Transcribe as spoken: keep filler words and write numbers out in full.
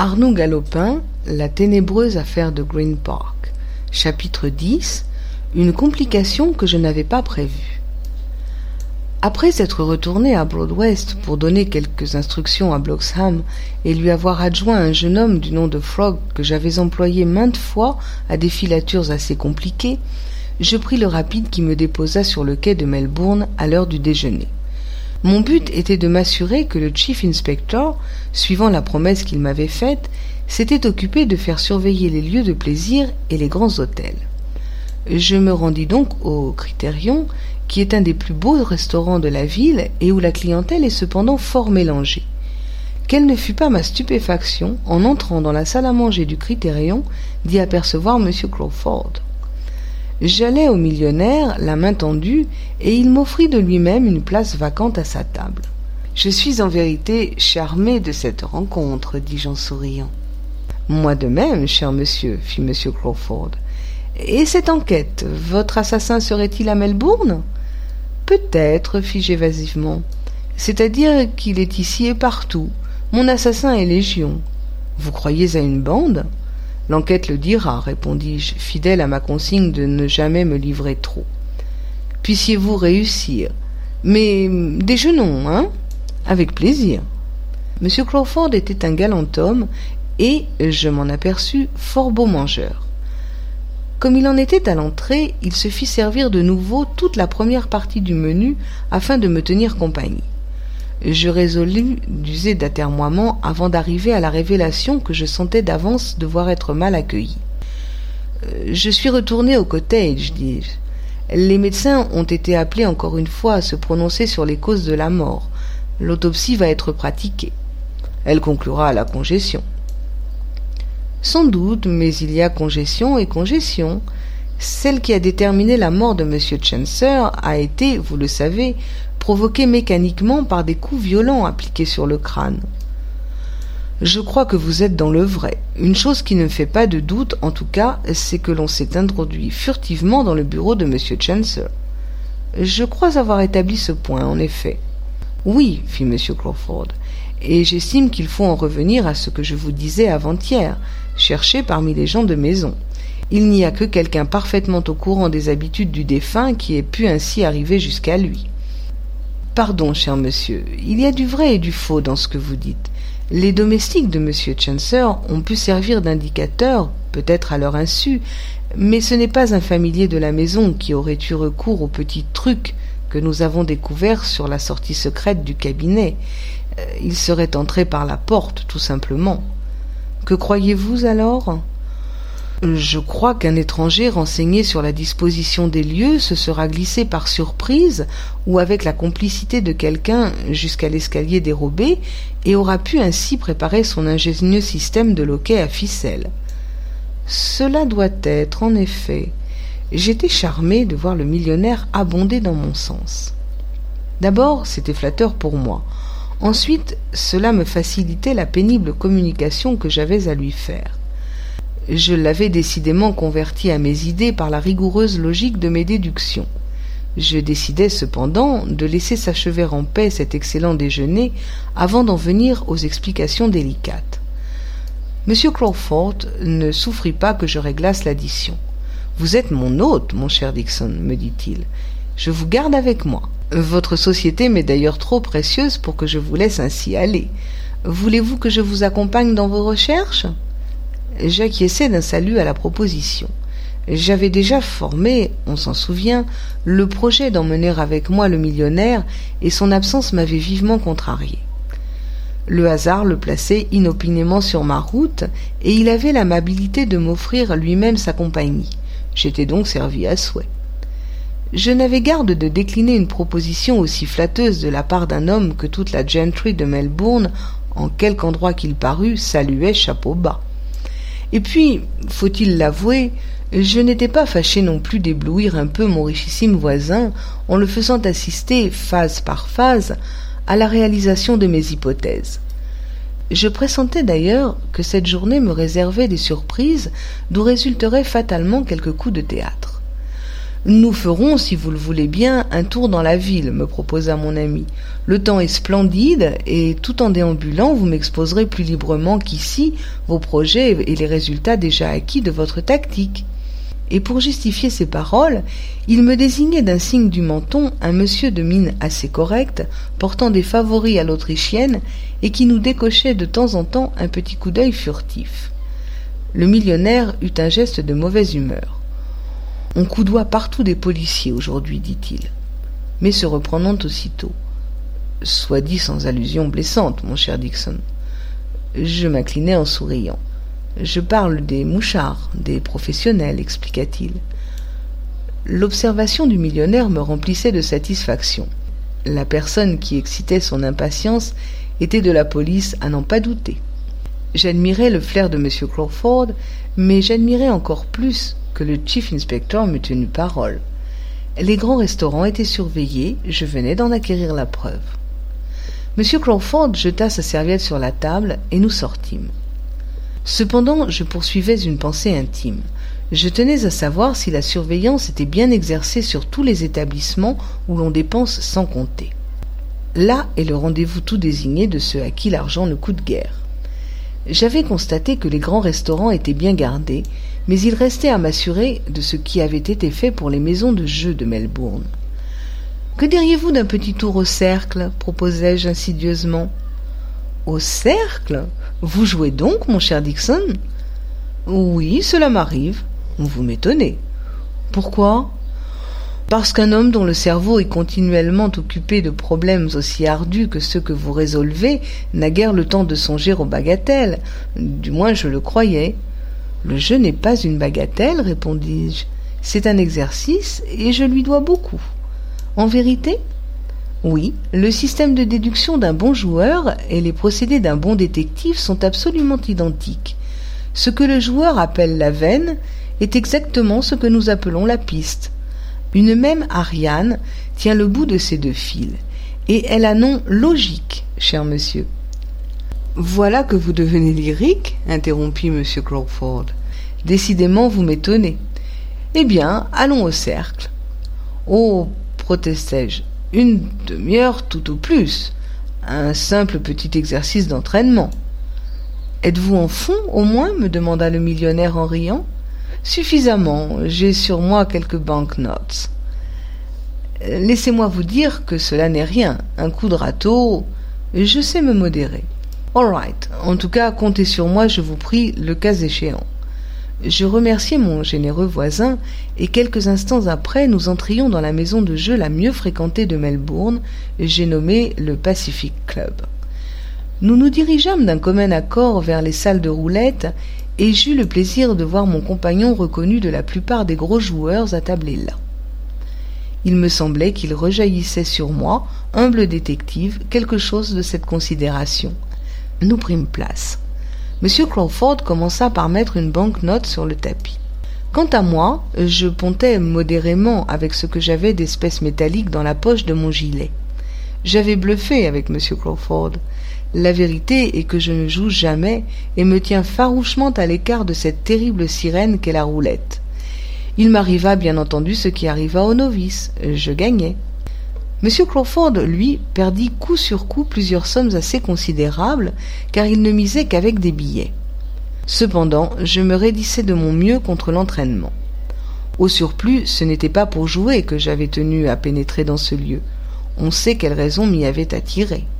Arnoux Galopin, la ténébreuse affaire de Green Park. Chapitre dix. Une complication que je n'avais pas prévue. Après être retourné à Broadwest pour donner quelques instructions à Bloxham et lui avoir adjoint un jeune homme du nom de Frog que j'avais employé maintes fois à des filatures assez compliquées, je pris le rapide qui me déposa sur le quai de Melbourne à l'heure du déjeuner. Mon but était de m'assurer que le Chief Inspector, suivant la promesse qu'il m'avait faite, s'était occupé de faire surveiller les lieux de plaisir et les grands hôtels. Je me rendis donc au Criterion, qui est un des plus beaux restaurants de la ville et où la clientèle est cependant fort mélangée. Quelle ne fut pas ma stupéfaction, en entrant dans la salle à manger du Criterion, d'y apercevoir M. Crawford. J'allais au millionnaire, la main tendue, et il m'offrit de lui-même une place vacante à sa table. « Je suis en vérité charmé de cette rencontre, dis-je en souriant. »« Moi de même, cher monsieur, fit M. Crawford. »« Et cette enquête, votre assassin serait-il à Melbourne ?»« Peut-être, fis-je évasivement. C'est-à-dire qu'il est ici et partout. Mon assassin est légion. Vous croyez à une bande ?» « L'enquête le dira, répondis-je, fidèle à ma consigne de ne jamais me livrer trop. Puissiez-vous réussir. Mais déjeunons, hein ? Avec plaisir. M. Crawford était un galant homme et, je m'en aperçus, fort beau mangeur. Comme il en était à l'entrée, il se fit servir de nouveau toute la première partie du menu afin de me tenir compagnie. Je résolus d'user d'atermoiements avant d'arriver à la révélation que je sentais d'avance devoir être mal accueilli. « Je suis retourné au cottage, dis-je. Les médecins ont été appelés encore une fois à se prononcer sur les causes de la mort. L'autopsie va être pratiquée. Elle conclura à la congestion. »« Sans doute, mais il y a congestion et congestion. Celle qui a déterminé la mort de M. Chancer a été, vous le savez, provoquée mécaniquement par des coups violents appliqués sur le crâne. Je crois que vous êtes dans le vrai. Une chose qui ne me fait pas de doute, en tout cas, c'est que l'on s'est introduit furtivement dans le bureau de M. Chancer. Je crois avoir établi ce point, en effet. Oui, fit M. Crawford, et j'estime qu'il faut en revenir à ce que je vous disais avant-hier, chercher parmi les gens de maison. Il n'y a que quelqu'un parfaitement au courant des habitudes du défunt qui ait pu ainsi arriver jusqu'à lui. Pardon, cher monsieur, il y a du vrai et du faux dans ce que vous dites. Les domestiques de M. Chancer ont pu servir d'indicateurs, peut-être à leur insu, mais ce n'est pas un familier de la maison qui aurait eu recours aux petits trucs que nous avons découverts sur la sortie secrète du cabinet. Il serait entré par la porte, tout simplement. Que croyez-vous alors ? Je crois qu'un étranger renseigné sur la disposition des lieux se sera glissé par surprise ou avec la complicité de quelqu'un jusqu'à l'escalier dérobé et aura pu ainsi préparer son ingénieux système de loquet à ficelle. Cela doit être, en effet. J'étais charmé de voir le millionnaire abonder dans mon sens. D'abord, c'était flatteur pour moi. Ensuite, cela me facilitait la pénible communication que j'avais à lui faire. Je l'avais décidément converti à mes idées par la rigoureuse logique de mes déductions. Je décidai cependant de laisser s'achever en paix cet excellent déjeuner avant d'en venir aux explications délicates. M. Crawford ne souffrit pas que je réglasse l'addition. « Vous êtes mon hôte, mon cher Dixon, me dit-il. Je vous garde avec moi. Votre société m'est d'ailleurs trop précieuse pour que je vous laisse ainsi aller. Voulez-vous que je vous accompagne dans vos recherches ?» J'acquiesçai d'un salut à la proposition. J'avais déjà formé, on s'en souvient, le projet d'emmener avec moi le millionnaire et son absence m'avait vivement contrarié. Le hasard le plaçait inopinément sur ma route et il avait l'amabilité de m'offrir lui-même sa compagnie. J'étais donc servi à souhait. Je n'avais garde de décliner une proposition aussi flatteuse de la part d'un homme que toute la gentry de Melbourne, en quelque endroit qu'il parût, saluait chapeau bas. Et puis, faut-il l'avouer, je n'étais pas fâché non plus d'éblouir un peu mon richissime voisin en le faisant assister, phase par phase, à la réalisation de mes hypothèses. Je pressentais d'ailleurs que cette journée me réservait des surprises d'où résulteraient fatalement quelques coups de théâtre. « Nous ferons, si vous le voulez bien, un tour dans la ville, » me proposa mon ami. « Le temps est splendide, et tout en déambulant, vous m'exposerez plus librement qu'ici vos projets et les résultats déjà acquis de votre tactique. » Et pour justifier ces paroles, il me désignait d'un signe du menton un monsieur de mine assez correcte, portant des favoris à l'autrichienne, et qui nous décochait de temps en temps un petit coup d'œil furtif. Le millionnaire eut un geste de mauvaise humeur. « On coudoie partout des policiers aujourd'hui, dit-il. » Mais se reprenant aussitôt. « Soit dit sans allusion blessante, mon cher Dixon. » Je m'inclinai en souriant. « Je parle des mouchards, des professionnels, expliqua-t-il. » L'observation du millionnaire me remplissait de satisfaction. La personne qui excitait son impatience était de la police à n'en pas douter. J'admirais le flair de M. Crawford, mais j'admirais encore plus que le chief inspector m'eût tenu parole. Les grands restaurants étaient surveillés, je venais d'en acquérir la preuve. M. Crawford jeta sa serviette sur la table et nous sortîmes. Cependant, je poursuivais une pensée intime. Je tenais à savoir si la surveillance était bien exercée sur tous les établissements où l'on dépense sans compter. Là est le rendez-vous tout désigné de ceux à qui l'argent ne coûte guère. J'avais constaté que les grands restaurants étaient bien gardés, mais il restait à m'assurer de ce qui avait été fait pour les maisons de jeu de Melbourne. « Que diriez-vous d'un petit tour au cercle ?» proposai-je insidieusement. « Au cercle ? Vous jouez donc, mon cher Dixon ?»« Oui, cela m'arrive. Vous m'étonnez. »« Pourquoi ? » Parce qu'un homme dont le cerveau est continuellement occupé de problèmes aussi ardus que ceux que vous résolvez n'a guère le temps de songer aux bagatelles. Du moins, je le croyais. « Le jeu n'est pas une bagatelle, répondis-je. C'est un exercice et je lui dois beaucoup. »« En vérité ? » ?»« Oui, le système de déduction d'un bon joueur et les procédés d'un bon détective sont absolument identiques. Ce que le joueur appelle la veine est exactement ce que nous appelons la piste. Une même Ariane tient le bout de ces deux fils, et elle a nom logique, cher monsieur. « Voilà que vous devenez lyrique, interrompit M. Crawford. « Décidément, vous m'étonnez. Eh bien, allons au cercle. »« Oh, protestai-je, une demi-heure tout au plus. Un simple petit exercice d'entraînement. »« Êtes-vous en fond, au moins ?» me demanda le millionnaire en riant. « Suffisamment, j'ai sur moi quelques banknotes. »« Laissez-moi vous dire que cela n'est rien. Un coup de râteau, je sais me modérer. »« All right. En tout cas, comptez sur moi, je vous prie, le cas échéant. » Je remerciai mon généreux voisin, et quelques instants après, nous entrions dans la maison de jeu la mieux fréquentée de Melbourne, j'ai nommé le Pacific Club. Nous nous dirigeâmes d'un commun accord vers les salles de roulette, et j'eus le plaisir de voir mon compagnon reconnu de la plupart des gros joueurs attablés là. Il me semblait qu'il rejaillissait sur moi, humble détective, quelque chose de cette considération. Nous prîmes place. M. Crawford commença par mettre une banknote sur le tapis. Quant à moi, je pontais modérément avec ce que j'avais d'espèces métalliques dans la poche de mon gilet. J'avais bluffé avec M. Crawford. La vérité est que je ne joue jamais et me tiens farouchement à l'écart de cette terrible sirène qu'est la roulette. Il m'arriva bien entendu ce qui arriva aux novices. Je gagnai. M. Crawford, lui, perdit coup sur coup plusieurs sommes assez considérables, car il ne misait qu'avec des billets. Cependant, je me raidissais de mon mieux contre l'entraînement. Au surplus, ce n'était pas pour jouer que j'avais tenu à pénétrer dans ce lieu. On sait quelle raison m'y avait attiré.